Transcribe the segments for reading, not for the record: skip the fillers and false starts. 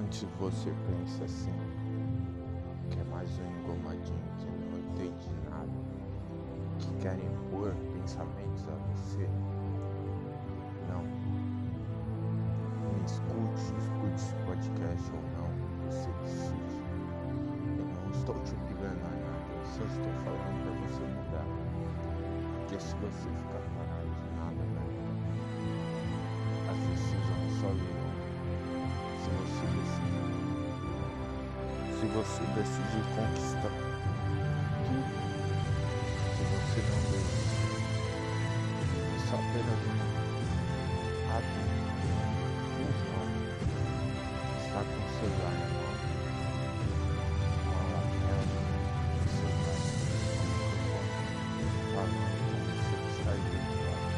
Se você pensa assim, que é mais um engomadinho que não entende nada, que quer impor pensamentos a você, não. Me escute esse podcast ou não, você decide. Eu não estou te obrigando a nada, eu só estou falando para você mudar. Porque se você ficar parado, nada vai mudar. As decisões só virão se você decidir. Se você decidir conquistar tudo, se você não desistir, é só apenas um ato, um jovem está com o celular na mão, com a lapela, o celular, o microfone, falando com você que está aí do outro lado,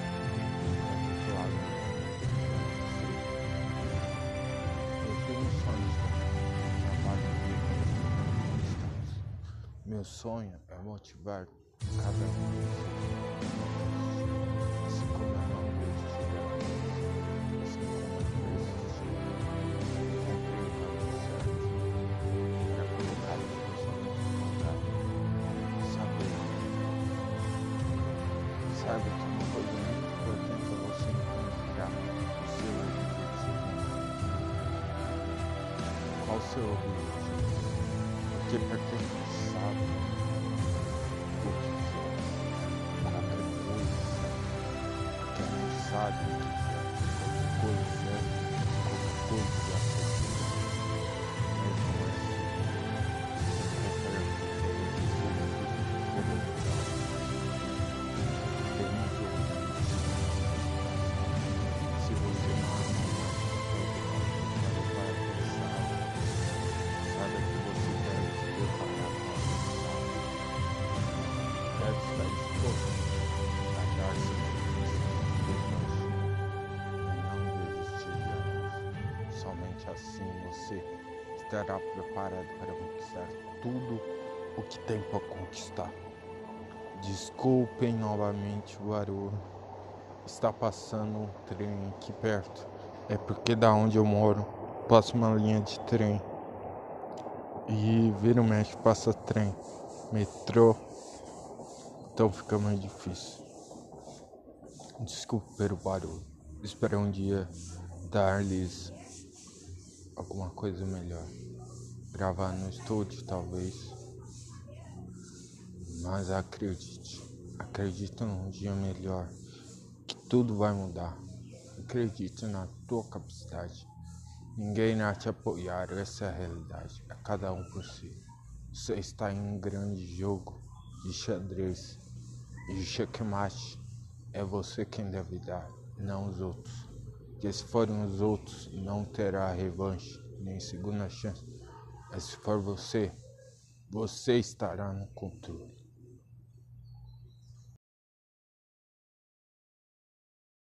eu tenho sonhos também, trabalho conquistá-los. Meu sonho é motivar cada um de vocês, assim como eu não desisti dela, assim como eu desisti, comprei o caminho certo, para colocar os meus sonhos no lugar, saiba que uma coisa muito importante é você encontrar o seu objetivo. Qual o seu objetivo? Porque para quem não sabe o que quer, qualquer coisa, quem não sabe o que quer, qualquer coisa já aconteceu. Mas não é assim. Você prefere se você não é para pensar, saiba que você deve se preparar para pensar. Deve estar disposto a dar sacrifícios e não desistir delas. Somente assim você estará preparado para conquistar tudo o que tem para conquistar. Desculpem novamente o barulho. Está passando um trem aqui perto. É porque da onde eu moro passa uma linha de trem. E vira o mexe passa trem, metrô. Então fica mais difícil. Desculpe pelo barulho. Espero um dia dar-lhes alguma coisa melhor. Gravar no estúdio talvez. Mas acredite num dia melhor, que tudo vai mudar. Acredite na tua capacidade. Ninguém irá te apoiar, essa é a realidade. É cada um por si. Você está em um grande jogo de xadrez, de checkmate. É você quem deve dar, não os outros. Porque se forem os outros, não terá revanche, nem segunda chance. Mas se for você estará no controle.